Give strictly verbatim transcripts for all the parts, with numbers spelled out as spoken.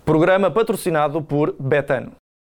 Programa patrocinado por Betano.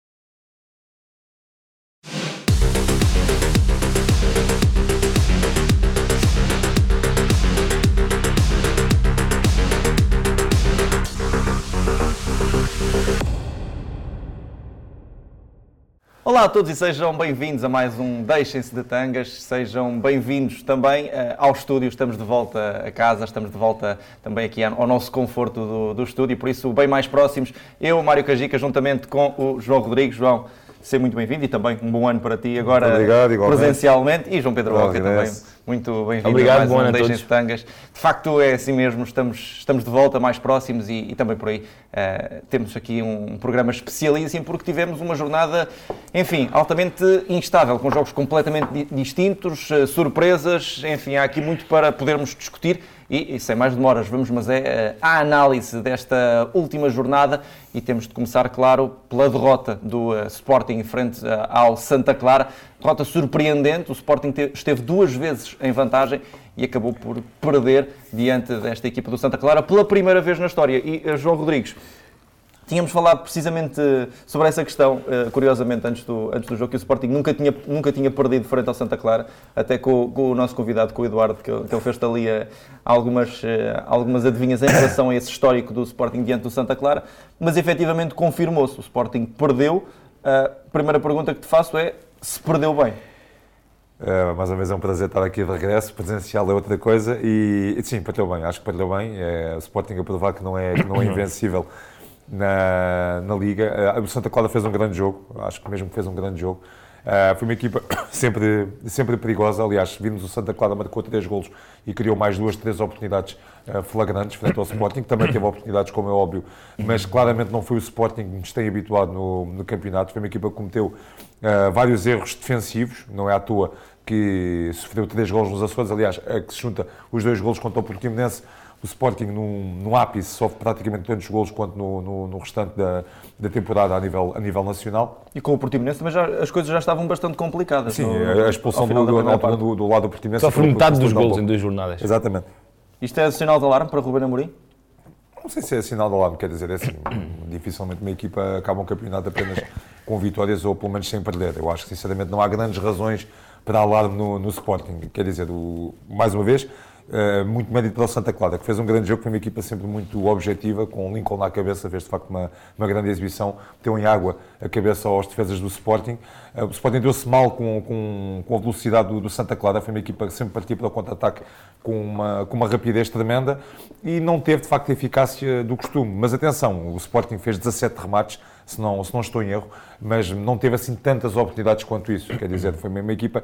Olá a todos e sejam bem-vindos a mais um Deixem-se de Tangas, sejam bem-vindos também uh, ao estúdio, estamos de volta a casa, estamos de volta também aqui ao nosso conforto do, do estúdio, por isso bem mais próximos, eu, Mário Cajica, juntamente com o João Rodrigues. João, seja muito bem-vindo e também um bom ano para ti agora obrigado, presencialmente, e João Pedro Walker também, muito bem-vindo. Obrigado, a mais bom ano um a Deixem-se todos. de Tangas. De facto é assim mesmo, estamos, estamos de volta mais próximos e, e também por aí uh, temos aqui um, um programa especialíssimo porque tivemos uma jornada, enfim, altamente instável, com jogos completamente di- distintos, uh, surpresas, enfim, há aqui muito para podermos discutir e, e sem mais demoras, vamos mas é uh, à análise desta última jornada e temos de começar, claro, pela derrota do uh, Sporting frente uh, ao Santa Clara. Derrota surpreendente, o Sporting te- esteve duas vezes em vantagem e acabou por perder diante desta equipa do Santa Clara pela primeira vez na história. E, uh, João Rodrigues, tínhamos falado precisamente sobre essa questão, curiosamente, antes do, antes do jogo, que o Sporting nunca tinha, nunca tinha perdido frente ao Santa Clara, até com, com o nosso convidado, com o Eduardo, que, que ele fez-te ali algumas, algumas adivinhas em relação a esse histórico do Sporting diante do Santa Clara, mas efetivamente confirmou-se, o Sporting perdeu. A primeira pergunta que te faço é se perdeu bem. Uh, mais uma vez é um prazer estar aqui de regresso, presencial é outra coisa e, e sim, perdeu bem, acho que perdeu bem, é, o Sporting a provar que não é, que não é invencível na, na Liga. Uh, o Santa Clara fez um grande jogo, acho que mesmo que fez um grande jogo, uh, foi uma equipa sempre, sempre perigosa, aliás, vimos o Santa Clara marcou três golos e criou mais duas, três oportunidades uh, flagrantes frente ao Sporting, que também teve oportunidades, como é óbvio, mas claramente não foi o Sporting que nos tem habituado no, no campeonato, foi uma equipa que cometeu Uh, vários erros defensivos, não é à toa que sofreu três golos nos Açores, aliás, a que se junta os dois golos contra o Portimonense, o Sporting num, num ápice sofre praticamente tantos golos quanto no, no, no restante da, da temporada a nível, a nível nacional. E com o Portimonense também já, as coisas já estavam bastante complicadas. Sim, no, a expulsão do, do, do, do, do lado do Portimonense. Só foi metade dos golos em duas jornadas. Exatamente. Isto é sinal de alarme para Ruben Amorim? Não sei se é sinal de alarme, quer dizer, é assim, dificilmente uma equipa acaba um campeonato apenas com vitórias ou pelo menos sem perder. Eu acho que sinceramente não há grandes razões para alarme no, no Sporting. Quer dizer, o, mais uma vez, uh, muito mérito para o Santa Clara, que fez um grande jogo, foi uma equipa sempre muito objetiva, com o Lincoln na cabeça, fez de facto uma, uma grande exibição, meteu em água a cabeça aos defesas do Sporting. Uh, o Sporting deu-se mal com, com, com a velocidade do, do Santa Clara, foi uma equipa que sempre partia para o contra-ataque com uma, com uma rapidez tremenda e não teve de facto a eficácia do costume. Mas atenção, o Sporting fez dezassete remates, se não, se não estou em erro, mas não teve assim tantas oportunidades quanto isso. Quer dizer, foi uma, uma equipa,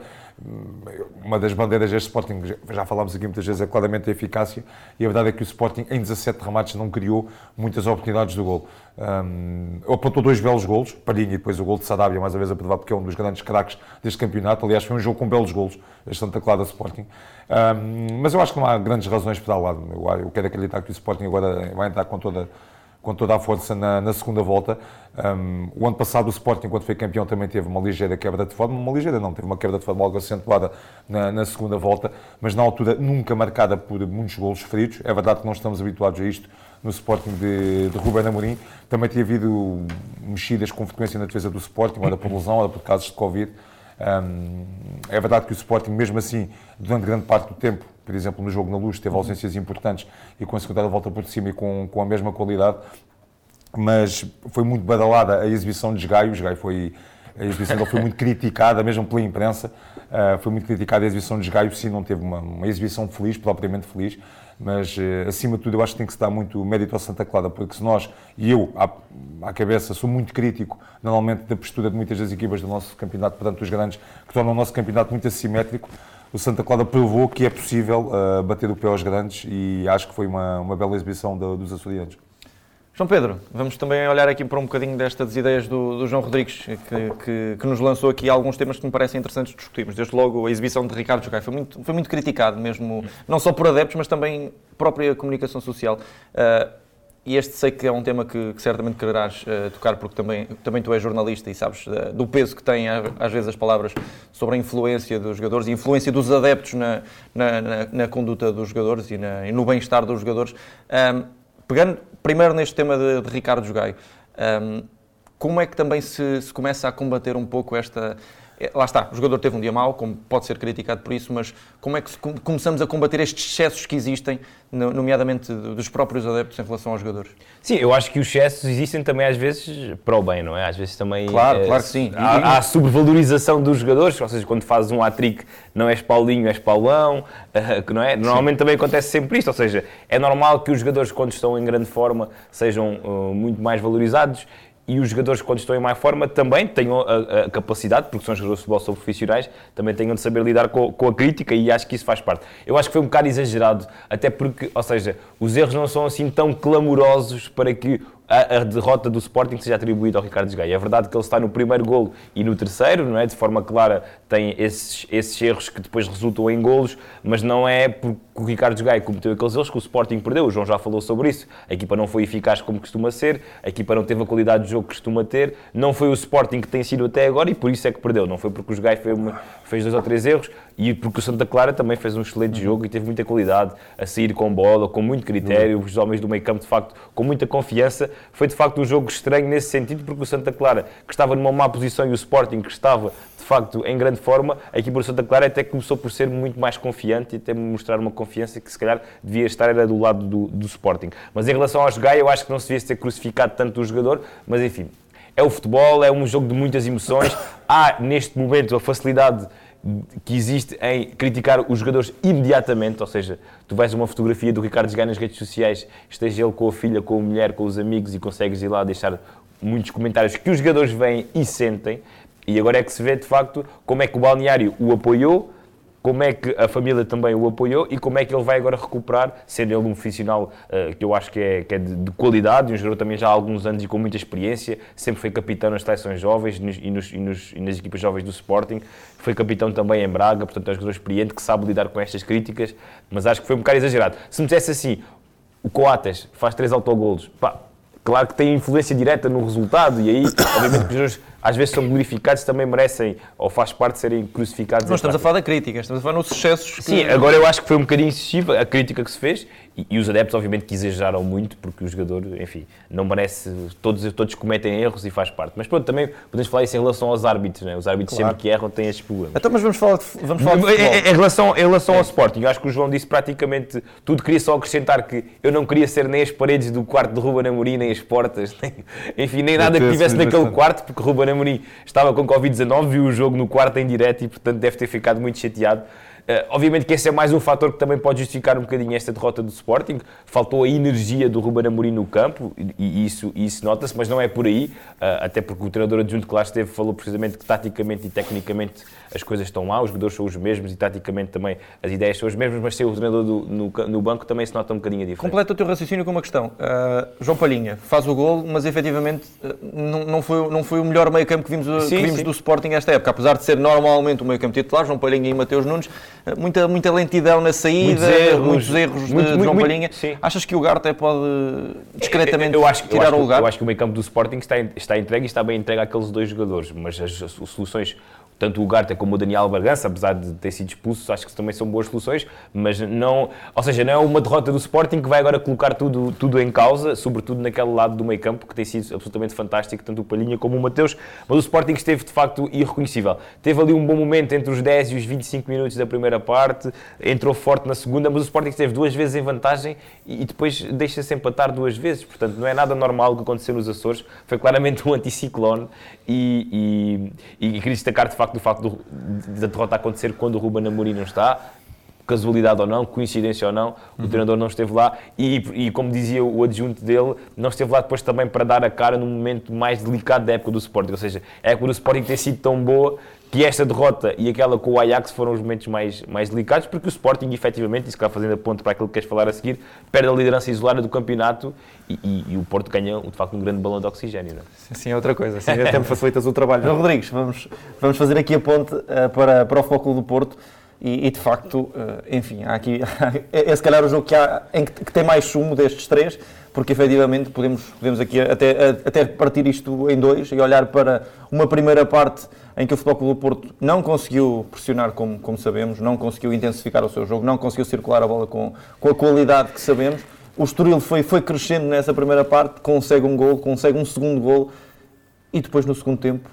uma das bandeiras deste Sporting, já falámos aqui muitas vezes, é claramente a eficácia, e a verdade é que o Sporting em dezassete remates não criou muitas oportunidades do golo. Um, apontou dois belos golos, Palhinha e depois o gol de Sarabia, mais uma vez a provar porque é um dos grandes craques deste campeonato. Aliás, foi um jogo com belos golos, este Santa Clara Sporting. Um, mas eu acho que não há grandes razões para alarme. Eu, eu quero acreditar que o Sporting agora vai entrar com toda, com toda a força na, na segunda volta. Um, o ano passado o Sporting, quando foi campeão, também teve uma ligeira quebra de forma, uma ligeira não, teve uma quebra de forma algo acentuada na, na segunda volta, mas na altura nunca marcada por muitos golos feridos. É verdade que não estamos habituados a isto no Sporting de, de Ruben Amorim. Também tinha havido mexidas com frequência na defesa do Sporting, ora por lesão, ora por casos de Covid. Um, é verdade que o Sporting, mesmo assim, durante grande parte do tempo, por exemplo, no jogo na Luz, teve ausências importantes e conseguiu dar a volta por cima e com, com a mesma qualidade, mas foi muito badalada a exibição de Esgaio. O Esgaio foi, a exibição dele foi muito criticada, mesmo pela imprensa, uh, foi muito criticada a exibição de Esgaio, sim, não teve uma, uma exibição feliz, propriamente feliz, mas uh, acima de tudo eu acho que tem que se dar muito mérito ao Santa Clara, porque se nós, e eu à, à cabeça, sou muito crítico normalmente da postura de muitas das equipas do nosso campeonato perante os grandes, que tornam o nosso campeonato muito assimétrico. O Santa Clara provou que é possível uh, bater o pé aos grandes e acho que foi uma, uma bela exibição do, dos açorianos. João Pedro, vamos também olhar aqui para um bocadinho destas ideias do, do João Rodrigues, que, que, que nos lançou aqui alguns temas que me parecem interessantes discutirmos. Desde logo a exibição de Ricardo Jogai foi muito, foi muito criticado mesmo, não só por adeptos, mas também própria comunicação social. Uh, e este sei que é um tema que, que certamente quererás uh, tocar, porque também, também tu és jornalista e sabes uh, do peso que têm às vezes as palavras sobre a influência dos jogadores e a influência dos adeptos na, na, na, na conduta dos jogadores e, na, e no bem-estar dos jogadores. Um, Pegando, primeiro neste tema de, de Ricardo Gaio, um, como é que também se, se começa a combater um pouco esta... Lá está, o jogador teve um dia mau, como pode ser criticado por isso, mas como é que começamos a combater estes excessos que existem, nomeadamente dos próprios adeptos em relação aos jogadores? Sim, eu acho que os excessos existem também às vezes para o bem, não é? Às vezes também... Claro, é, claro que sim. Há, há a sobrevalorização dos jogadores, ou seja, quando fazes um hat-trick não és Paulinho, és Paulão, uh, não é? Normalmente sim. Também acontece sempre isto, ou seja, é normal que os jogadores quando estão em grande forma sejam uh, muito mais valorizados, e os jogadores, quando estão em má forma, também tenham a, a capacidade, porque são jogadores de futebol, são profissionais, também tenham de saber lidar com, com a crítica, e acho que isso faz parte. Eu acho que foi um bocado exagerado, até porque, ou seja, os erros não são assim tão clamorosos para que a, a derrota do Sporting seja atribuída ao Ricardo Gaio. É verdade que ele está no primeiro golo e no terceiro, não é? De forma clara tem esses, esses erros que depois resultam em golos, mas não é porque o Ricardo Gaio cometeu aqueles erros que o Sporting perdeu. O João já falou sobre isso. A equipa não foi eficaz como costuma ser, a equipa não teve a qualidade de jogo que costuma ter, não foi o Sporting que tem sido até agora e por isso é que perdeu. Não foi porque os Gaio fez, fez dois ou três erros e porque o Santa Clara também fez um excelente jogo e teve muita qualidade a sair com bola, com muito critério, os homens do meio campo de facto com muita confiança. Foi de facto um jogo estranho nesse sentido, porque o Santa Clara, que estava numa má posição, e o Sporting, que estava de facto em grande forma, a equipa do Santa Clara até começou por ser muito mais confiante e até mostrar uma confiança que se calhar devia estar era do lado do, do Sporting. Mas em relação aos Gaio, eu acho que não se devia ser crucificado tanto o jogador, mas enfim, é o futebol, é um jogo de muitas emoções. Há neste momento a facilidade que existe em criticar os jogadores imediatamente, ou seja, tu vais a uma fotografia do Ricardo Gaio nas redes sociais, esteja ele com a filha, com a mulher, com os amigos, e consegues ir lá deixar muitos comentários que os jogadores veem e sentem, e agora é que se vê de facto como é que o balneário o apoiou, como é que a família também o apoiou e como é que ele vai agora recuperar, sendo ele um profissional uh, que eu acho que é, que é de, de qualidade, um jogador também já há alguns anos e com muita experiência, sempre foi capitão nas seleções jovens nos, e, nos, e, nos, e nas equipas jovens do Sporting, foi capitão também em Braga, portanto é um jogador experiente que sabe lidar com estas críticas, mas acho que foi um bocado exagerado. Se me dissesse assim, o Coates faz três autogolos, pá, claro que tem influência direta no resultado e aí, obviamente, que os jogadores às vezes são glorificados, também merecem, ou faz parte de serem crucificados. Nós estamos a falar da crítica, estamos a falar nos excessos. Que... Sim, agora eu acho que foi um bocadinho excessiva a crítica que se fez e, e os adeptos, obviamente, que exageraram muito, porque o jogador, enfim, não merece, todos, todos cometem erros e faz parte. Mas pronto, também podemos falar isso em relação aos árbitros, né? Os árbitros claro. Sempre que erram têm estes problemas. Então, mas vamos falar de, vamos falar de em, em relação, em relação é. ao Sporting, eu acho que o João disse praticamente tudo, queria só acrescentar que eu não queria ser nem as paredes do quarto de Ruben Amorim, nem as portas, nem, enfim, nem nada que tivesse naquele quarto, porque Ruben Amorim estava com covid dezanove, viu o jogo no quarto em direto e, portanto, deve ter ficado muito chateado. Uh, obviamente que esse é mais um fator que também pode justificar um bocadinho esta derrota do Sporting. Faltou a energia do Ruben Amorim no campo e, e isso, isso nota-se, mas não é por aí, uh, até porque o treinador adjunto que lá esteve falou precisamente que taticamente e tecnicamente as coisas estão lá, os jogadores são os mesmos e taticamente também as ideias são as mesmas, mas ser o treinador do, no, no banco também se nota um bocadinho a diferença. Completa o teu raciocínio com uma questão. Uh, João Palhinha faz o golo, mas efetivamente uh, não, não, foi, não foi o melhor meio campo que vimos, sim, que vimos do Sporting esta época, apesar de ser normalmente o meio campo titular, João Palhinha e Mateus Nunes. Muita, muita lentidão na saída, muitos erros, muitos erros de, muito, de João muito, Palhinha. Sim. Achas que o Garte pode discretamente eu, eu acho, tirar eu acho, o lugar? Eu acho que o meio campo do Sporting está, está entregue e está bem entregue àqueles dois jogadores, mas as, as soluções, tanto o Garte como o Daniel Bargança, apesar de ter sido expulsos, acho que também são boas soluções, mas não, ou seja, não é uma derrota do Sporting que vai agora colocar tudo, tudo em causa, sobretudo naquele lado do meio campo, que tem sido absolutamente fantástico, tanto o Palhinha como o Mateus, mas o Sporting esteve de facto irreconhecível. Teve ali um bom momento entre os dez e os vinte e cinco minutos da primeira parte, entrou forte na segunda, mas o Sporting esteve duas vezes em vantagem e, e depois deixa-se empatar duas vezes, portanto não é nada normal o que aconteceu nos Açores, foi claramente um anticiclone e, e, e queria destacar de facto do facto do, da derrota acontecer quando o Ruben Amorim não está, casualidade ou não, coincidência ou não, o uhum. treinador não esteve lá e, e, como dizia o adjunto dele, não esteve lá depois também para dar a cara num momento mais delicado da época do Sporting, ou seja, a época do Sporting tem sido tão boa que esta derrota e aquela com o Ajax foram os momentos mais, mais delicados, porque o Sporting, efetivamente, e se calhar fazendo a ponto para aquilo que queres falar a seguir, perde a liderança isolada do campeonato e, e, e o Porto ganha, de facto, um grande balão de oxigênio. Não é? Sim, sim, é outra coisa. Sim, até me facilitas o trabalho. João Rodrigues, vamos, vamos fazer aqui a ponte uh, para, para o Futebol Clube do Porto e, e de facto, uh, enfim, há aqui, é, é se calhar o jogo que, há, em que, que tem mais sumo destes três, porque efetivamente podemos, podemos aqui até, até partir isto em dois e olhar para uma primeira parte em que o Futebol Clube do Porto não conseguiu pressionar, como, como sabemos, não conseguiu intensificar o seu jogo, não conseguiu circular a bola com, com a qualidade que sabemos, O Estoril foi, foi crescendo nessa primeira parte, consegue um gol, consegue um segundo gol e depois no segundo tempo,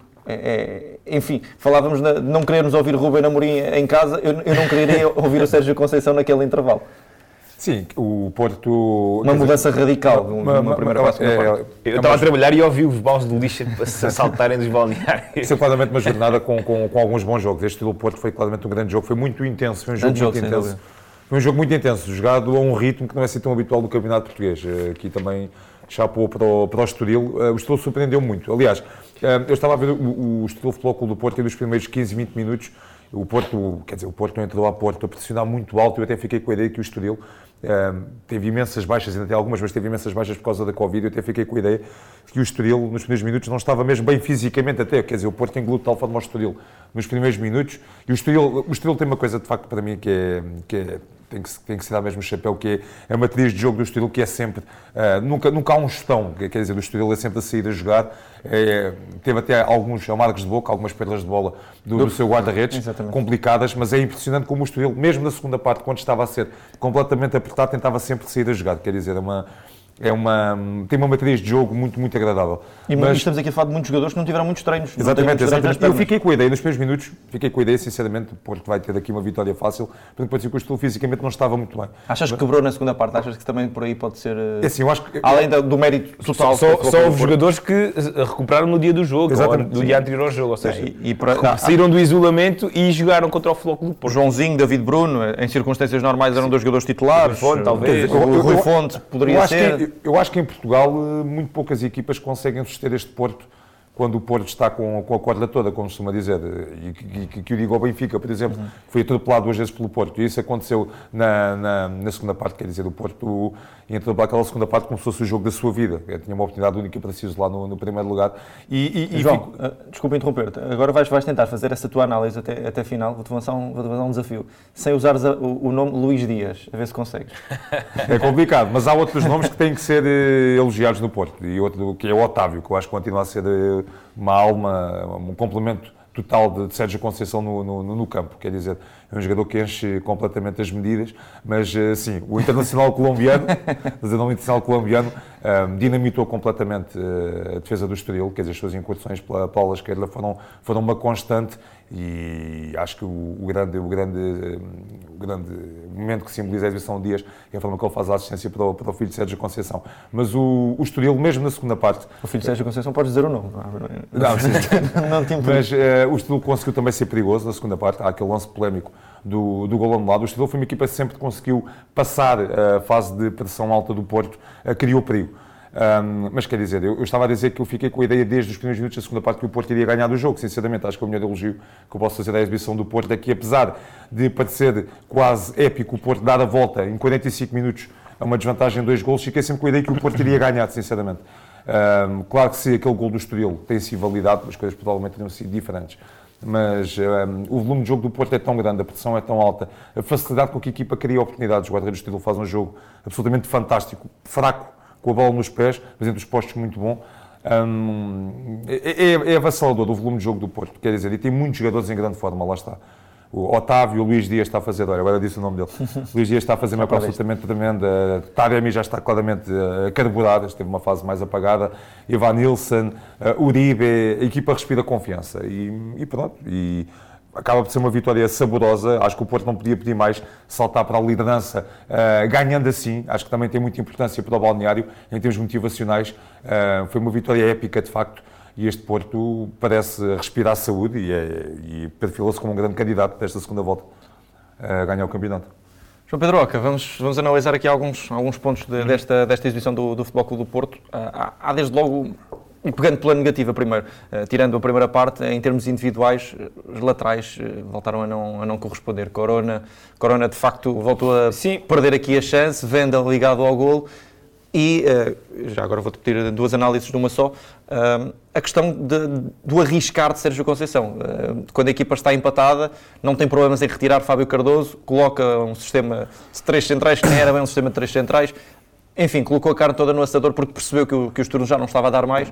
é, é, enfim, falávamos de não querermos ouvir Rubén Amorim em casa, eu, eu não queria ouvir o Sérgio Conceição naquele intervalo. Sim, o Porto... Uma mudança dizer, radical uma, numa primeira parte. É, é, eu estava a trabalhar e ouvi os balões de lixo a saltarem dos balneários. Isso é claramente uma jornada com, com, com alguns bons jogos. Este do Porto foi claramente um grande jogo, foi muito intenso, foi um jogo, jogo muito intenso. Foi um jogo muito intenso, jogado a um ritmo que não é assim tão habitual do campeonato português. Aqui também chapou para o, para o Estoril. O Estoril surpreendeu muito. Aliás, eu estava a ver o, o Estoril Futebol Clube do Porto e nos primeiros quinze, vinte minutos o Porto, quer dizer, o Porto não entrou à Porto a pressionar muito alto. Eu até fiquei com a ideia que o Estoril Uh, teve imensas baixas, ainda tem algumas, mas teve imensas baixas por causa da Covid. Eu até fiquei com a ideia que o Estoril, nos primeiros minutos, não estava mesmo bem fisicamente até, quer dizer, o Porto engoliu de tal forma ao Estoril nos primeiros minutos, e o Estoril, o Estoril tem uma coisa, de facto, para mim, que é... Que é Tem que, tem que se dar mesmo o chapéu, que é a matriz de jogo do Estoril, que é sempre... Uh, nunca, nunca há um gestão, quer dizer, o Estoril é sempre a sair a jogar. É, teve até alguns amargos de boca, algumas perdas de bola do, do, do seu guarda-redes, exatamente, complicadas, mas é impressionante como o Estoril, mesmo na segunda parte, quando estava a ser completamente apertado, tentava sempre sair a jogar, quer dizer, é uma... É uma, tem uma matriz de jogo muito, muito agradável. E mas, estamos aqui a falar de muitos jogadores que não tiveram muitos treinos. Exatamente, exatamente. Eu fiquei com a ideia, nos primeiros minutos, fiquei com a ideia, sinceramente, o Porto vai ter aqui uma vitória fácil, porque pode ser que o Estoril fisicamente não estava muito bem. Achas que quebrou na segunda parte? Achas que também por aí pode ser... É assim, eu acho que... Além do mérito total... Só, só, só houve jogadores que recuperaram no dia do jogo, exatamente, ou no dia anterior ao jogo, ou seja, é, e, e para, saíram do isolamento e jogaram contra o Futebol Clube do Porto. Joãozinho, David Bruno, em circunstâncias normais eram dois jogadores titulares. O Rui Fonte, talvez. O Rui Fonte poderia ser... Eu acho que em Portugal muito poucas equipas conseguem suster este Porto quando o Porto está com, com a corda toda, como se costuma dizer, e que, que, que eu digo ao Benfica, por exemplo, uhum, foi atropelado duas vezes pelo Porto, e isso aconteceu na, na, na segunda parte, quer dizer, o Porto entrou para aquela segunda parte como se fosse o jogo da sua vida. Eu tinha uma oportunidade única para si lá no, no primeiro lugar. E, e, e João, fico... uh, desculpa interromper-te, agora vais, vais tentar fazer essa tua análise até, até final, vou-te lançar um, vou-te lançar um desafio, sem usares a, o, o nome Luís Dias, a ver se consegues. É complicado, mas há outros nomes que têm que ser uh, elogiados no Porto, e outro que é o Otávio, que eu acho que continua a ser uh, uma alma, um complemento total de, de Sérgio Conceição no, no, no campo, quer dizer, é um jogador que enche completamente as medidas, mas sim, o internacional colombiano, mas o internacional colombiano um, dinamitou completamente uh, a defesa do Estoril, quer dizer, as suas incursões pela, pela ala esquerda foram, foram uma constante, e acho que o, o, grande, o, grande, o grande momento que simboliza a exibição de Dias é a forma que ele faz a assistência para o, para o filho de Sérgio Conceição. Mas o, o Estoril, mesmo na segunda parte... O filho de Sérgio Conceição, podes dizer o nome. Não, sim, não tem mas uh, o Estoril conseguiu também ser perigoso na segunda parte. Há aquele lance polémico do, do gol anulado. O Estoril foi uma equipa que sempre conseguiu passar a fase de pressão alta do Porto, uh, criou perigo. Um, mas quer dizer, eu, eu estava a dizer que eu fiquei com a ideia desde os primeiros minutos da segunda parte que o Porto iria ganhar do jogo. Sinceramente, acho que o melhor elogio que eu posso fazer da exibição do Porto é que, apesar de parecer quase épico o Porto dar a volta em quarenta e cinco minutos a uma desvantagem de dois golos, fiquei sempre com a ideia que o Porto iria ganhar, sinceramente. Um, claro que se aquele gol do Estoril tem sido validado, as coisas provavelmente teriam sido diferentes. Mas um, o volume de jogo do Porto é tão grande, a pressão é tão alta, a facilidade com que a equipa cria oportunidades. O guarda-redes do Estoril faz um jogo absolutamente fantástico, fraco, com a bola nos pés, mas entre os postos muito bom. Um, é, é, é avassalador o volume de jogo do Porto, quer dizer, e tem muitos jogadores em grande forma, lá está. O Otávio, o Luís Dias está a fazer, olha, agora disse o nome dele, o Luís Dias está a fazer uma época absolutamente tremenda, Taremi já está claramente a carburar, esteve uma fase mais apagada, Ivan Nilsson, Uribe, a equipa respira confiança, e, e pronto, e acaba por ser uma vitória saborosa. Acho que o Porto não podia pedir mais, saltar para a liderança, uh, ganhando assim. Acho que também tem muita importância para o balneário, em termos motivacionais. Uh, foi uma vitória épica, de facto, e este Porto parece respirar saúde e, é, e perfilou-se como um grande candidato desta segunda volta a ganhar o campeonato. João Pedro Oca, vamos, vamos analisar aqui alguns, alguns pontos de, desta, desta exibição do, do Futebol Clube do Porto. Uh, há, há desde logo... E pegando pela negativa primeiro, uh, tirando a primeira parte, em termos individuais, os laterais uh, voltaram a não, a não corresponder. Corona, Corona, de facto, voltou a Sim. perder aqui a chance, Venda ligado ao golo e, uh, já agora vou-te pedir duas análises numa só, uh, a questão de, do arriscar de Sérgio Conceição. Uh, quando a equipa está empatada, não tem problemas em retirar Fábio Cardoso, coloca um sistema de três centrais, que nem era bem um sistema de três centrais. Enfim, colocou a carne toda no assador porque percebeu que o, que o Estoril já não estava a dar mais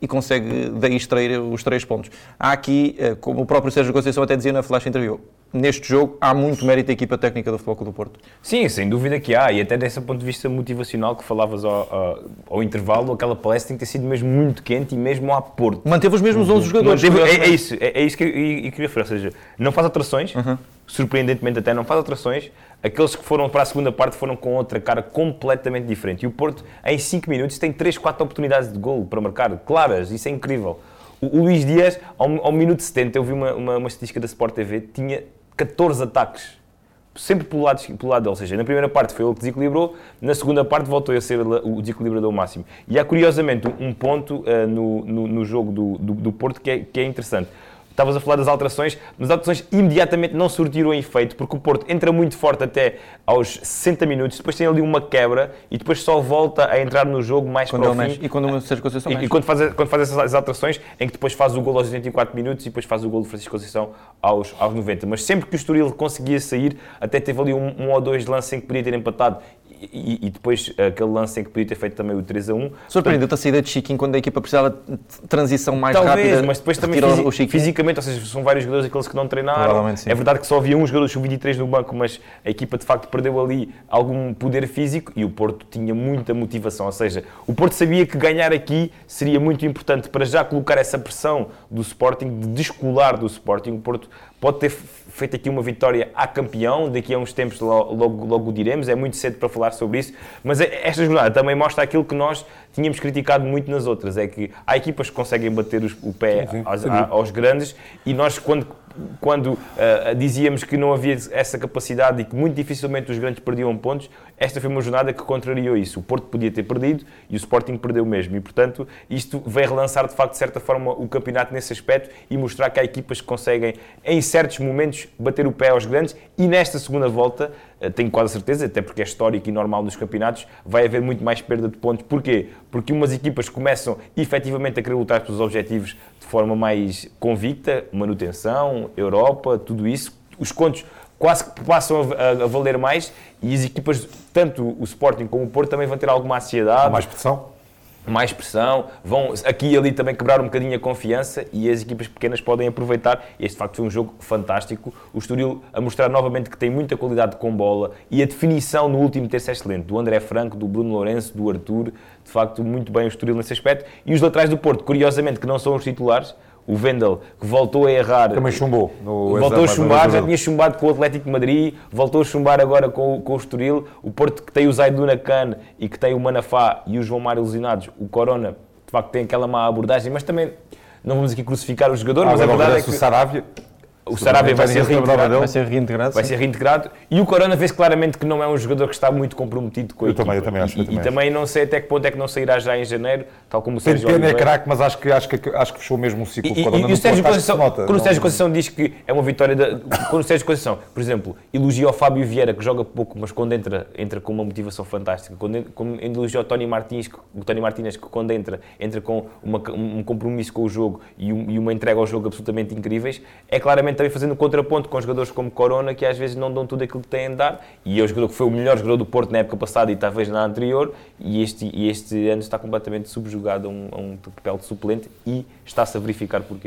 e consegue daí extrair os três pontos. Há aqui, como o próprio Sérgio Conceição até dizia na flash interview, neste jogo há muito mérito da equipa técnica do Futebol Clube do Porto. Sim, sem dúvida que há, e até desse ponto de vista motivacional que falavas ao, ao, ao intervalo, aquela palestra tem que ter sido mesmo muito quente e mesmo a Porto. Manteve os mesmos onze jogadores. Manteve, é, é isso, é, é isso que eu, eu queria referir, ou seja, não faz alterações, uhum. surpreendentemente até não faz alterações, aqueles que foram para a segunda parte foram com outra cara completamente diferente. E o Porto, em cinco minutos, tem três, quatro oportunidades de golo para marcar, claras, isso é incrível. O, o Luís Dias, ao, ao minuto setenta, eu vi uma, uma, uma estatística da Sport T V, tinha catorze ataques, sempre pelo lado, pelo lado dele, ou seja, na primeira parte foi ele que desequilibrou, na segunda parte voltou a ser o desequilibrador máximo. E há curiosamente um ponto uh, no, no, no jogo do, do, do Porto que é, que é interessante. Estavas a falar das alterações, mas as alterações imediatamente não surtiram efeito, porque o Porto entra muito forte até aos sessenta minutos, depois tem ali uma quebra e depois só volta a entrar no jogo mais quando para o fim. Mexe, e quando o Sérgio Conceição E, e quando, faz, quando faz essas alterações, em que depois faz o golo aos oitenta e quatro minutos e depois faz o golo de Francisco Conceição aos, aos noventa. Mas sempre que o Estoril conseguia sair, até teve ali um, um ou dois lances em que podia ter empatado. E, e depois aquele lance em que podia ter feito também o três a um. Surpreendeu-te a saída de Chiquinho quando a equipa precisava de transição mais Talvez, rápida? Mas depois também fisi- fisicamente, ou seja, são vários jogadores aqueles que não treinaram. É verdade que só havia um jogador sub vinte e três no banco, mas a equipa de facto perdeu ali algum poder físico e o Porto tinha muita motivação. Ou seja, o Porto sabia que ganhar aqui seria muito importante para já colocar essa pressão do Sporting, de descolar do Sporting. O Porto pode ter feito aqui uma vitória a campeão, daqui a uns tempos logo, logo, logo o diremos, é muito cedo para falar sobre isso, mas esta jornada também mostra aquilo que nós tínhamos criticado muito nas outras, é que há equipas que conseguem bater os, o pé sim, sim. Aos, aos grandes e nós quando, quando uh, dizíamos que não havia essa capacidade e que muito dificilmente os grandes perdiam pontos, esta foi uma jornada que contrariou isso. O Porto podia ter perdido e o Sporting perdeu mesmo e, portanto, isto vai relançar de facto de certa forma o campeonato nesse aspecto e mostrar que há equipas que conseguem em certos momentos bater o pé aos grandes e nesta segunda volta, tenho quase certeza, até porque é histórico e normal dos campeonatos, vai haver muito mais perda de pontos. Porquê? Porque umas equipas começam efetivamente a querer lutar pelos objetivos de forma mais convicta, manutenção, Europa, tudo isso. Os contos quase que passam a, a valer mais e as equipas, tanto o Sporting como o Porto, também vão ter alguma ansiedade. Mais pressão. Mais pressão, vão aqui e ali também quebrar um bocadinho a confiança e as equipas pequenas podem aproveitar. Este, de facto, foi um jogo fantástico. O Estoril a mostrar novamente que tem muita qualidade com bola e a definição no último terço é excelente. Do André Franco, do Bruno Lourenço, do Arthur. De facto, muito bem o Estoril nesse aspecto. E os laterais do Porto, curiosamente, que não são os titulares, o Wendel, que voltou a errar. Também chumbou. No voltou a chumbar, já tinha chumbado com o Atlético de Madrid, voltou a chumbar agora com, com o Estoril. O Porto, que tem o Zaiduna Khan e que tem o Manafá e o João Mário lesionados, o Corona, de facto, tem aquela má abordagem, mas também não vamos aqui crucificar o jogador, ah, mas a verdade é que... o Sarabia. O Sarabia vai ser reintegrado. Vai ser reintegrado. Vai ser reintegrado. E o Corona vê-se claramente que não é um jogador que está muito comprometido com a eu equipa. Também, eu também acho. E, eu também, e também não sei até que ponto é que não sairá já em janeiro, tal como o Tem Sérgio pena, Oliveira. é craque, mas acho que, acho, que, acho que fechou mesmo o ciclo. E, e, Corona e o Sérgio Porto, Conceição, nota, quando o Sérgio não... Conceição diz que é uma vitória... Da, quando o Sérgio Conceição, por exemplo, elogia o Fábio Vieira, que joga pouco, mas quando entra, entra com uma motivação fantástica. Quando, quando elogia o Tony Martins, o Tony Martínez, que quando entra, entra com uma, um compromisso com o jogo e, um, e uma entrega ao jogo absolutamente incríveis, é claramente também fazendo um contraponto com jogadores como Corona, que às vezes não dão tudo aquilo que têm de dar, e é o jogador que foi o melhor jogador do Porto na época passada e talvez na anterior, e este, e este ano está completamente subjugado a um, a um papel de suplente e está-se a verificar porquê.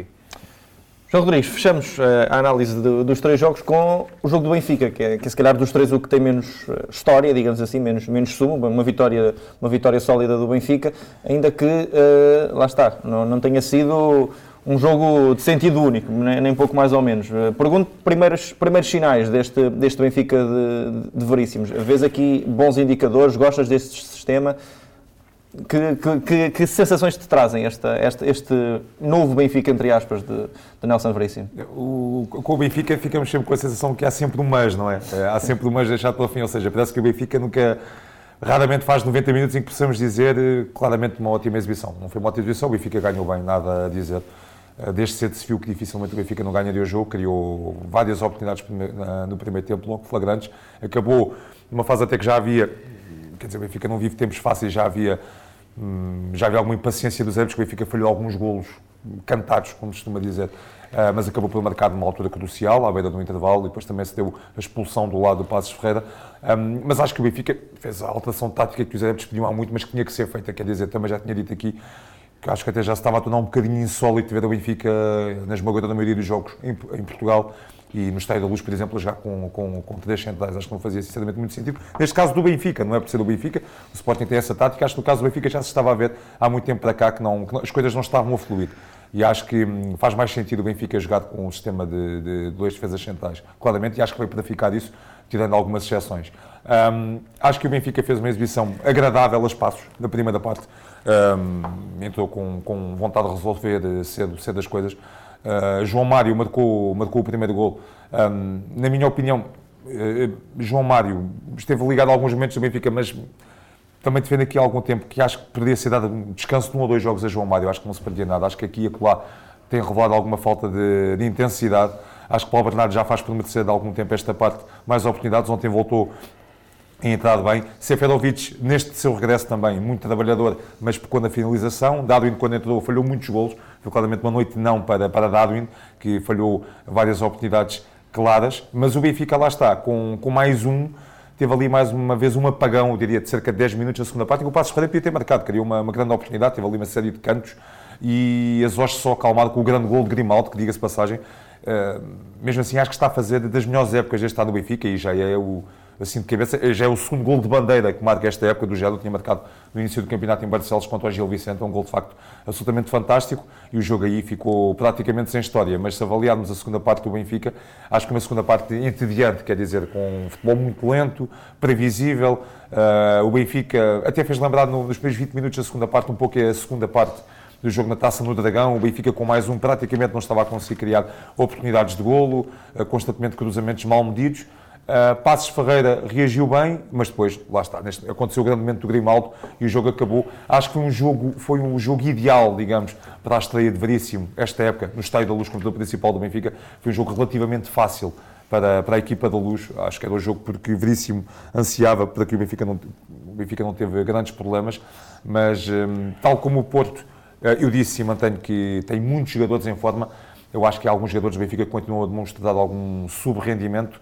João Rodrigues, fechamos a análise de, dos três jogos com o jogo do Benfica, que é, que é se calhar dos três o que tem menos história, digamos assim, menos, menos sumo, uma vitória, uma vitória sólida do Benfica, ainda que, uh, lá está, não, não tenha sido um jogo de sentido único, nem, nem pouco mais ou menos. Pergunto primeiros, primeiros sinais deste, deste Benfica de, de Veríssimos. Vês aqui bons indicadores, gostas deste sistema? Que, que, que, que sensações te trazem esta, este, este novo Benfica, entre aspas, de, de Nelson Veríssimo? O, com o Benfica ficamos sempre com a sensação que há sempre um mas, não é? Há sempre um mas deixado pela fim, ou seja, parece que o Benfica nunca... Raramente faz noventa minutos em que possamos dizer claramente uma ótima exibição. Não foi uma ótima exibição, o Benfica ganhou bem, nada a dizer. Desde cedo se viu que dificilmente o Benfica não ganharia o jogo, criou várias oportunidades no primeiro tempo, logo flagrantes. Acabou numa fase até que já havia, quer dizer, o Benfica não vive tempos fáceis, já havia, já havia alguma impaciência dos adeptos, que o Benfica falhou alguns golos cantados, como se costuma dizer, mas acabou por marcar numa altura crucial, à beira do intervalo, e depois também se deu a expulsão do lado do Passos Ferreira. Mas acho que o Benfica fez a alteração tática que os adeptos pediam há muito, mas que tinha que ser feita, quer dizer, também já tinha dito aqui, que acho que até já se estava a tornar um bocadinho insólito ver o Benfica na esmagadora maioria dos jogos em, em Portugal e no Estádio da Luz, por exemplo, já com, com, com três centrais. Acho que não fazia sinceramente muito sentido. Neste caso do Benfica, não é por ser do Benfica, o Sporting tem essa tática, acho que no caso do Benfica já se estava a ver há muito tempo para cá que, não, que as coisas não estavam a fluir. E acho que hum, faz mais sentido o Benfica jogar com um sistema de, de dois defesas centrais, claramente, e acho que vai para ficar isso, tirando algumas exceções. Um, acho que o Benfica fez uma exibição agradável a espaços na primeira parte. Um, entrou com, com vontade de resolver cedo, cedo as coisas. Uh, João Mário marcou, marcou o primeiro gol. Um, na minha opinião, uh, João Mário esteve ligado a alguns momentos do Benfica, mas também defendo aqui há algum tempo que acho que poderia ser dado um descanso de um ou dois jogos a João Mário. Acho que não se perdia nada. Acho que aqui e acolá tem revelado alguma falta de, de intensidade. Acho que Paulo Bernardo já faz por merecer de algum tempo esta parte mais oportunidades. Ontem voltou em entrado bem. Seferovic, neste seu regresso também, muito trabalhador, mas pecou na finalização. Darwin, quando entrou, falhou muitos golos. Foi claramente uma noite não para, para Darwin, que falhou várias oportunidades claras. Mas o Benfica lá está, com, com mais um, teve ali mais uma vez um apagão, eu diria, de cerca de dez minutos na segunda parte, em que o Passos Ferreira podia ter marcado, criou uma, uma grande oportunidade, teve ali uma série de cantos, e Azores só acalmado com o grande gol de Grimaldo, que diga-se passagem. Uh, mesmo assim, acho que está a fazer das melhores épocas deste ano do Benfica, e já é o, assim de cabeça, já é o segundo gol de bandeira que marca esta época. Do Gelo tinha marcado no início do campeonato em Barcelos contra o Gil Vicente, um gol de facto absolutamente fantástico, e o jogo aí ficou praticamente sem história. Mas se avaliarmos a segunda parte do Benfica, acho que uma segunda parte entediante, quer dizer, com um futebol muito lento, previsível. Uh, o Benfica até fez lembrar no, nos primeiros vinte minutos da segunda parte, um pouco a segunda parte do jogo na Taça no Dragão. O Benfica com mais um praticamente não estava a conseguir criar oportunidades de golo, uh, constantemente cruzamentos mal medidos. Uh, Passos Ferreira reagiu bem, mas depois, lá está, neste, aconteceu o grande momento do Grimaldo e o jogo acabou. Acho que foi um jogo, foi um jogo ideal, digamos, para a estreia de Veríssimo, esta época, no Estádio da Luz, como principal do Benfica. Foi um jogo relativamente fácil para, para a equipa da Luz. Acho que era o jogo porque Veríssimo ansiava para que o Benfica não, o Benfica não teve grandes problemas, mas um, tal como o Porto, uh, eu disse e mantenho que tem muitos jogadores em forma. Eu acho que há alguns jogadores do Benfica que continuam a demonstrar algum subrendimento.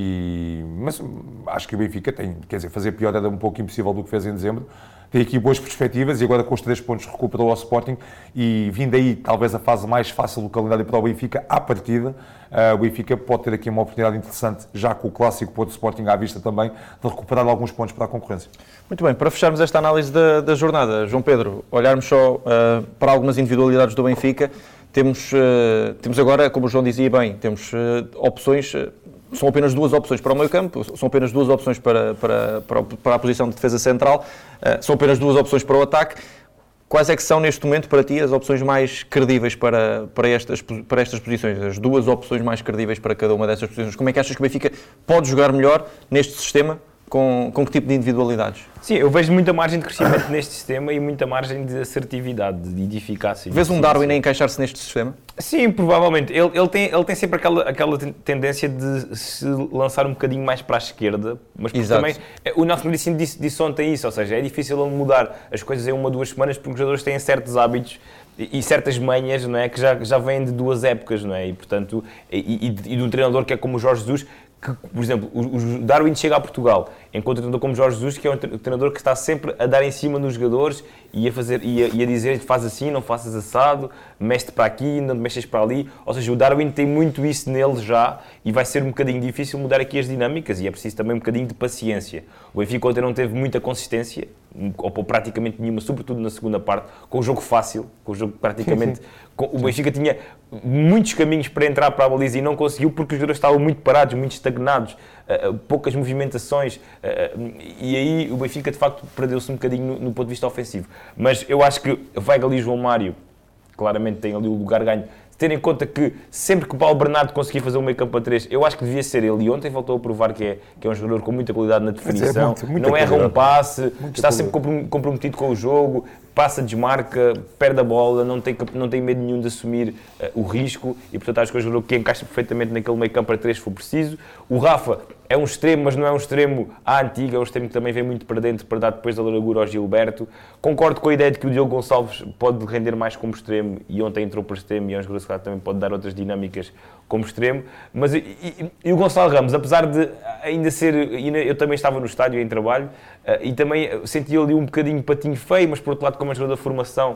E, mas acho que o Benfica tem, quer dizer, fazer pior era um pouco impossível do que fez em dezembro. Tem aqui boas perspectivas e agora com os três pontos recuperou ao Sporting e vindo aí talvez a fase mais fácil do calendário para o Benfica à partida, uh, o Benfica pode ter aqui uma oportunidade interessante, já com o clássico Porto Sporting à vista também, de recuperar alguns pontos para a concorrência. Muito bem, para fecharmos esta análise da, da jornada, João Pedro, olharmos só uh, para algumas individualidades do Benfica, temos, uh, temos agora, como o João dizia bem, temos uh, opções... Uh, São apenas duas opções para o meio campo, são apenas duas opções para, para, para, para a posição de defesa central, uh, são apenas duas opções para o ataque. Quais é que são, neste momento, para ti, as opções mais credíveis para, para, estas, para estas posições? As duas opções mais credíveis para cada uma dessas posições. Como é que achas que o Benfica pode jogar melhor neste sistema? Com, com que tipo de individualidades? Sim, eu vejo muita margem de crescimento neste sistema e muita margem de assertividade e de eficácia. Vês um Darwin a encaixar-se neste sistema? Sim, provavelmente. Ele, ele, tem, ele tem sempre aquela, aquela tendência de se lançar um bocadinho mais para a esquerda, mas também o Nelson Veríssimo disse, disse ontem isso, ou seja, é difícil ele mudar as coisas em uma ou duas semanas porque os jogadores têm certos hábitos e, e certas manhas, não é, que já, já vêm de duas épocas, não é? E, portanto, e, e, e de um treinador que é como o Jorge Jesus, que, por exemplo, o Darwin chega a Portugal, enquanto um treinador como Jorge Jesus, que é um treinador que está sempre a dar em cima dos jogadores e a, fazer, e a, e a dizer faz assim, não faças assado, mexe para aqui, não mexes para ali. Ou seja, o Darwin tem muito isso nele já e vai ser um bocadinho difícil mudar aqui as dinâmicas e é preciso também um bocadinho de paciência. O Benfica ontem não teve muita consistência, ou praticamente nenhuma, sobretudo na segunda parte, com o jogo fácil, com o jogo praticamente... Sim, sim. Com, o Benfica tinha muitos caminhos para entrar para a baliza e não conseguiu porque os jogadores estavam muito parados, muito estagnados, uh, poucas movimentações, uh, e aí o Benfica de facto perdeu-se um bocadinho no, no ponto de vista ofensivo. Mas eu acho que Weigl e João Mário claramente têm ali o lugar ganho. Tendo em conta que sempre que o Paulo Bernardo conseguir fazer um meio campo a três, eu acho que devia ser ele. E ontem voltou a provar que é, que é um jogador com muita qualidade na definição, é muito, não erra um passe, muita está sempre comprometido com o jogo, passa, desmarca, perde a bola, não tem, não tem medo nenhum de assumir uh, o risco e, portanto, acho que é um jogador que encaixa perfeitamente naquele meio campo a três se for preciso. O Rafa é um extremo, mas não é um extremo à antiga, é um extremo que também vem muito para dentro para dar depois da largura ao Gilberto. Concordo com a ideia de que o Diogo Gonçalves pode render mais como extremo e ontem entrou para extremo e é um jogador que também pode dar outras dinâmicas como extremo. Mas e, e, e o Gonçalo Ramos, apesar de ainda ser... Eu também estava no estádio em trabalho uh, e também senti ali um bocadinho patinho feio, mas por outro lado, como é jogador da formação,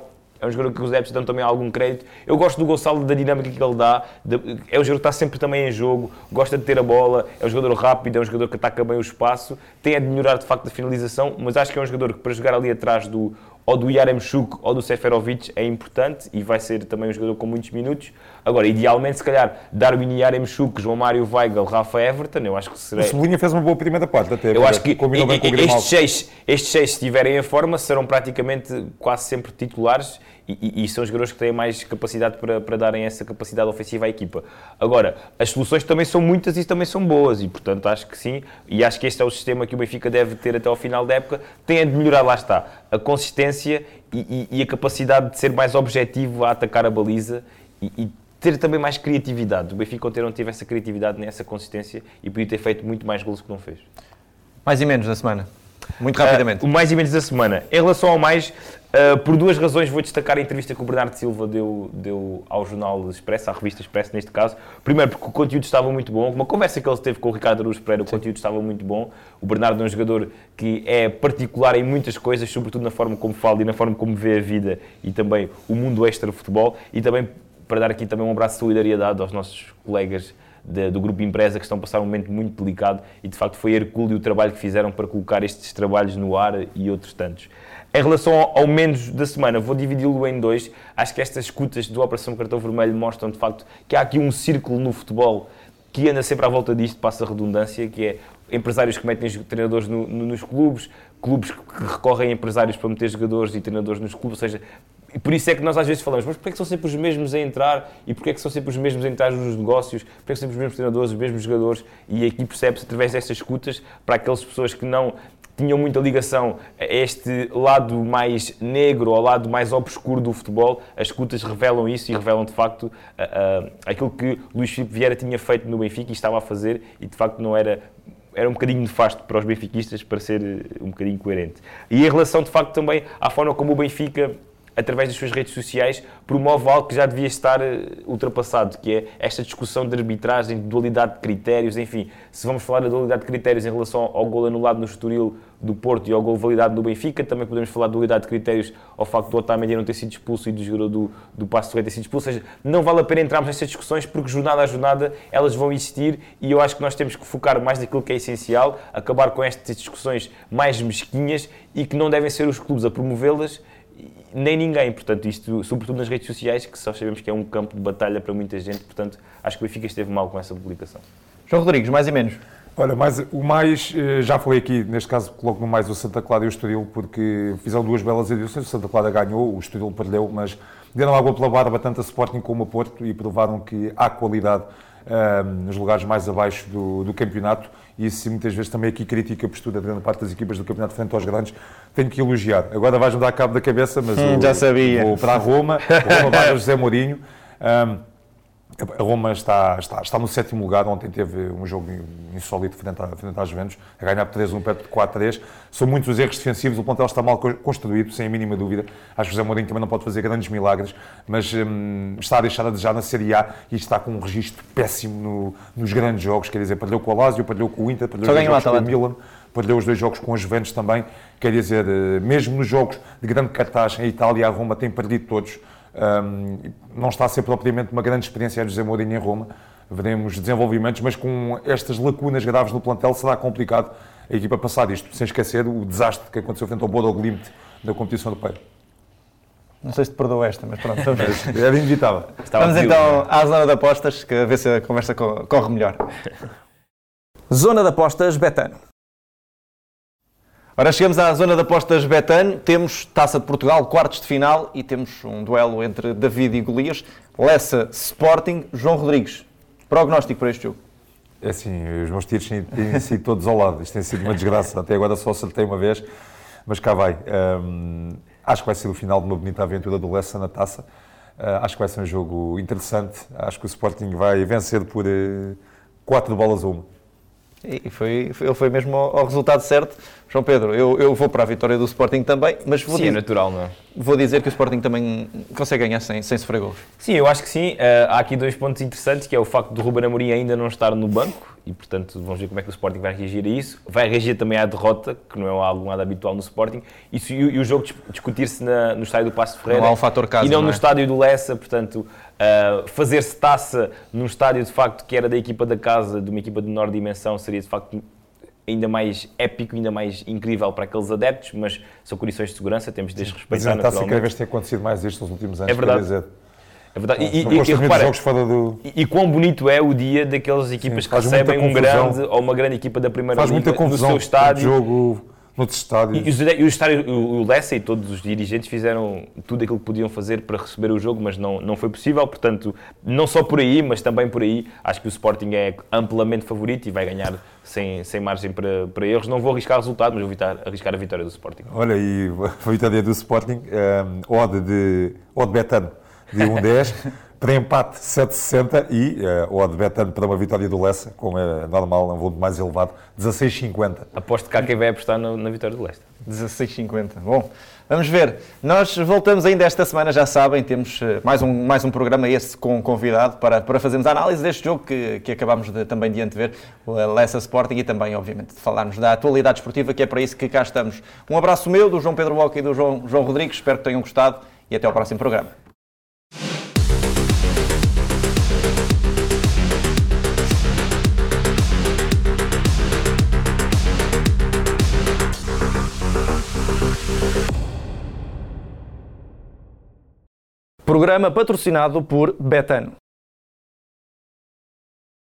é um jogador que os adeptos dão também algum crédito. Eu gosto do Gonçalo, da dinâmica que ele dá, de, é um jogador que está sempre também em jogo, gosta de ter a bola, é um jogador rápido, é um jogador que ataca bem o espaço, tem a de melhorar de facto a finalização, mas acho que é um jogador que para jogar ali atrás do ou do Yaremchuk ou do Seferovic é importante e vai ser também um jogador com muitos minutos. Agora, idealmente, se calhar, Darwin Yaremchuk, João Mário Weigl, Rafa Everton, eu acho que seria... O Cebolinha fez uma boa primeira parte até. Eu acho que combinou bem com o Grimaldo. estes seis, estes seis, se estiverem em forma, serão praticamente quase sempre titulares e, e, e são os jogadores que têm mais capacidade para, para darem essa capacidade ofensiva à equipa. Agora, as soluções também são muitas e também são boas e, portanto, acho que sim. E acho que este é o sistema que o Benfica deve ter até ao final da época. Tem a de melhorar, lá está, a consistência e, e, e a capacidade de ser mais objetivo a atacar a baliza e, e ter também mais criatividade. O Benfica ontem não teve essa criatividade nem essa consistência e podia ter feito muito mais golos que não fez. Mais e menos da semana. Muito rapidamente. Uh, o mais e menos da semana. Em relação ao mais, uh, por duas razões vou destacar a entrevista que o Bernardo Silva deu, deu ao jornal Expresso, à revista Expresso neste caso. Primeiro porque o conteúdo estava muito bom. Uma conversa que ele teve com o Ricardo Araújo Pereira, o Sim. conteúdo estava muito bom. O Bernardo é um jogador que é particular em muitas coisas, sobretudo na forma como fala e na forma como vê a vida e também o mundo extra-futebol. E também para dar aqui também um abraço de solidariedade aos nossos colegas de, do Grupo Empresa que estão a passar um momento muito delicado e de facto foi hercúleo o trabalho que fizeram para colocar estes trabalhos no ar e outros tantos. Em relação ao, ao menos da semana, vou dividi-lo em dois. Acho que estas escutas do Operação Cartão Vermelho mostram de facto que há aqui um círculo no futebol que anda sempre à volta disto, passa a redundância, que é empresários que metem treinadores no, no, nos clubes, clubes que recorrem a empresários para meter jogadores e treinadores nos clubes, ou seja, e por isso é que nós às vezes falamos, mas porquê é que são sempre os mesmos a entrar e porquê é que são sempre os mesmos a entrar nos negócios, porquê é que são sempre os mesmos treinadores, os mesmos jogadores, e aqui percebe-se através destas escutas para aquelas pessoas que não tinham muita ligação a este lado mais negro, ao lado mais obscuro do futebol, as escutas revelam isso e revelam de facto uh, uh, aquilo que Luís Filipe Vieira tinha feito no Benfica e estava a fazer e de facto não era... era um bocadinho nefasto para os benfiquistas, para ser um bocadinho coerente. E em relação, de facto, também à forma como o Benfica, através das suas redes sociais, promove algo que já devia estar ultrapassado, que é esta discussão de arbitragem, de dualidade de critérios, enfim, se vamos falar da dualidade de critérios em relação ao gol anulado no Estoril do Porto e ao gol validado no Benfica, também podemos falar de dualidade de critérios ao facto do Otamendi não ter sido expulso e do jogador do, do Paço de Ferreira ter sido expulso, ou seja, não vale a pena entrarmos nessas discussões porque jornada a jornada elas vão existir e eu acho que nós temos que focar mais naquilo que é essencial, acabar com estas discussões mais mesquinhas e que não devem ser os clubes a promovê-las nem ninguém, portanto, isto, sobretudo nas redes sociais, que só sabemos que é um campo de batalha para muita gente, portanto, acho que o Benfica esteve mal com essa publicação. João Rodrigues, mais e menos. Olha, mais, o mais, já falei aqui, neste caso coloco no mais o Santa Clara e o Estoril, porque fizeram duas belas edições, o Santa Clara ganhou, o Estoril perdeu, mas deram água pela barba tanto a Sporting como a Porto e provaram que há qualidade um, nos lugares mais abaixo do, do campeonato. E isso muitas vezes também aqui critica a postura de grande parte das equipas do campeonato frente aos grandes, tenho que elogiar. Agora vais-me dar cabo da cabeça, mas hum, eu, já sabia. Vou para a Roma, a Roma vai ao José Mourinho. Um, a Roma está, está, está no sétimo lugar, ontem teve um jogo insólito frente, a, frente às Juventus, a ganhar por três a um, perto de quatro a três. São muitos os erros defensivos, o plantel está mal construído, sem a mínima dúvida. Acho que o José Mourinho também não pode fazer grandes milagres, mas hum, está a deixar a desejar na Série A e está com um registro péssimo no, nos grandes jogos, quer dizer, perdeu com o Lazio, perdeu com o Inter, perdeu os dois jogos com o Milan, perdeu os dois jogos com as Juventus também, quer dizer, mesmo nos jogos de grande cartaz em Itália, a Roma tem perdido todos. Um, não está a ser propriamente uma grande experiência de José Mourinho em Roma, veremos desenvolvimentos, mas com estas lacunas graves no plantel será complicado a equipa passar isto, sem esquecer o desastre que aconteceu frente ao Bodo Glimt da competição europeia. Não sei se te perdoo esta, mas pronto, vamos ver. Era inevitável. Vamos então à zona de apostas, que a ver se a conversa corre melhor. Zona de apostas Betano. Ora, chegamos à zona de apostas Betano, temos Taça de Portugal, quartos de final, e temos um duelo entre David e Golias, Lessa Sporting, João Rodrigues. Prognóstico para este jogo? É assim, os meus tiros têm sido todos ao lado, isto tem sido uma desgraça, até agora só acertei uma vez, mas cá vai. Um, acho que vai ser o final de uma bonita aventura do Lessa na Taça, uh, acho que vai ser um jogo interessante, acho que o Sporting vai vencer por uh, quatro bolas a uma. E foi, ele foi mesmo ao, ao resultado certo. João Pedro, eu, eu vou para a vitória do Sporting também, mas vou sim, dizer, é natural, não é? Vou dizer que o Sporting também consegue ganhar sem, sem sofrer golos. Sim, eu acho que sim. Uh, há aqui dois pontos interessantes, que é o facto de Ruben Amorim ainda não estar no banco e, portanto, vamos ver como é que o Sporting vai reagir a isso. Vai reagir também à derrota, que não é algo nada habitual no Sporting, e, se, e o jogo discutir-se na, no estádio do Paço de Ferreira. Não há um fator casa, e não, não no é? estádio do Lessa, portanto, uh, fazer-se taça num estádio, de facto, que era da equipa da casa, de uma equipa de menor dimensão, seria, de facto, ainda mais épico, ainda mais incrível para aqueles adeptos, mas são condições de segurança, temos de as respeitar. Mas a taça cada vez tem acontecido mais isto nos últimos anos. É verdade. Quer dizer, É verdade. E, não e, gosto e, de repara, jogos fora do... e, e quão bonito é o dia daquelas equipas Sim, que faz recebem muita um confusão. grande ou uma grande equipa da Primeira Faz Liga muita confusão no seu estádio. jogo noutros estádios. E, os, e o, estádio, o, o Lessa e todos os dirigentes fizeram tudo aquilo que podiam fazer para receber o jogo, mas não, não foi possível. Portanto, não só por aí, mas também por aí, acho que o Sporting é amplamente favorito e vai ganhar sem, sem margem para, para erros. Não vou arriscar o resultado, mas vou evitar, arriscar a vitória do Sporting. Olha, e a vitória do Sporting, um, odd de odd Betano de um dez, para empate sete sessenta e uh, odd Betano para uma vitória do Lessa, como é normal, um volume mais elevado, dezasseis cinquenta. Aposto que há quem vai apostar na, na vitória do Leicester. dezasseis cinquenta. Bom, vamos ver. Nós voltamos ainda esta semana, já sabem, temos mais um, mais um programa esse com convidado para, para fazermos a análise deste jogo que, que acabámos de, também de antever, o Lessa Sporting, e também, obviamente, de falarmos da atualidade esportiva, que é para isso que cá estamos. Um abraço meu, do João Pedro Boca e do João, João Rodrigues, espero que tenham gostado e até ao próximo programa. Programa patrocinado por Betano.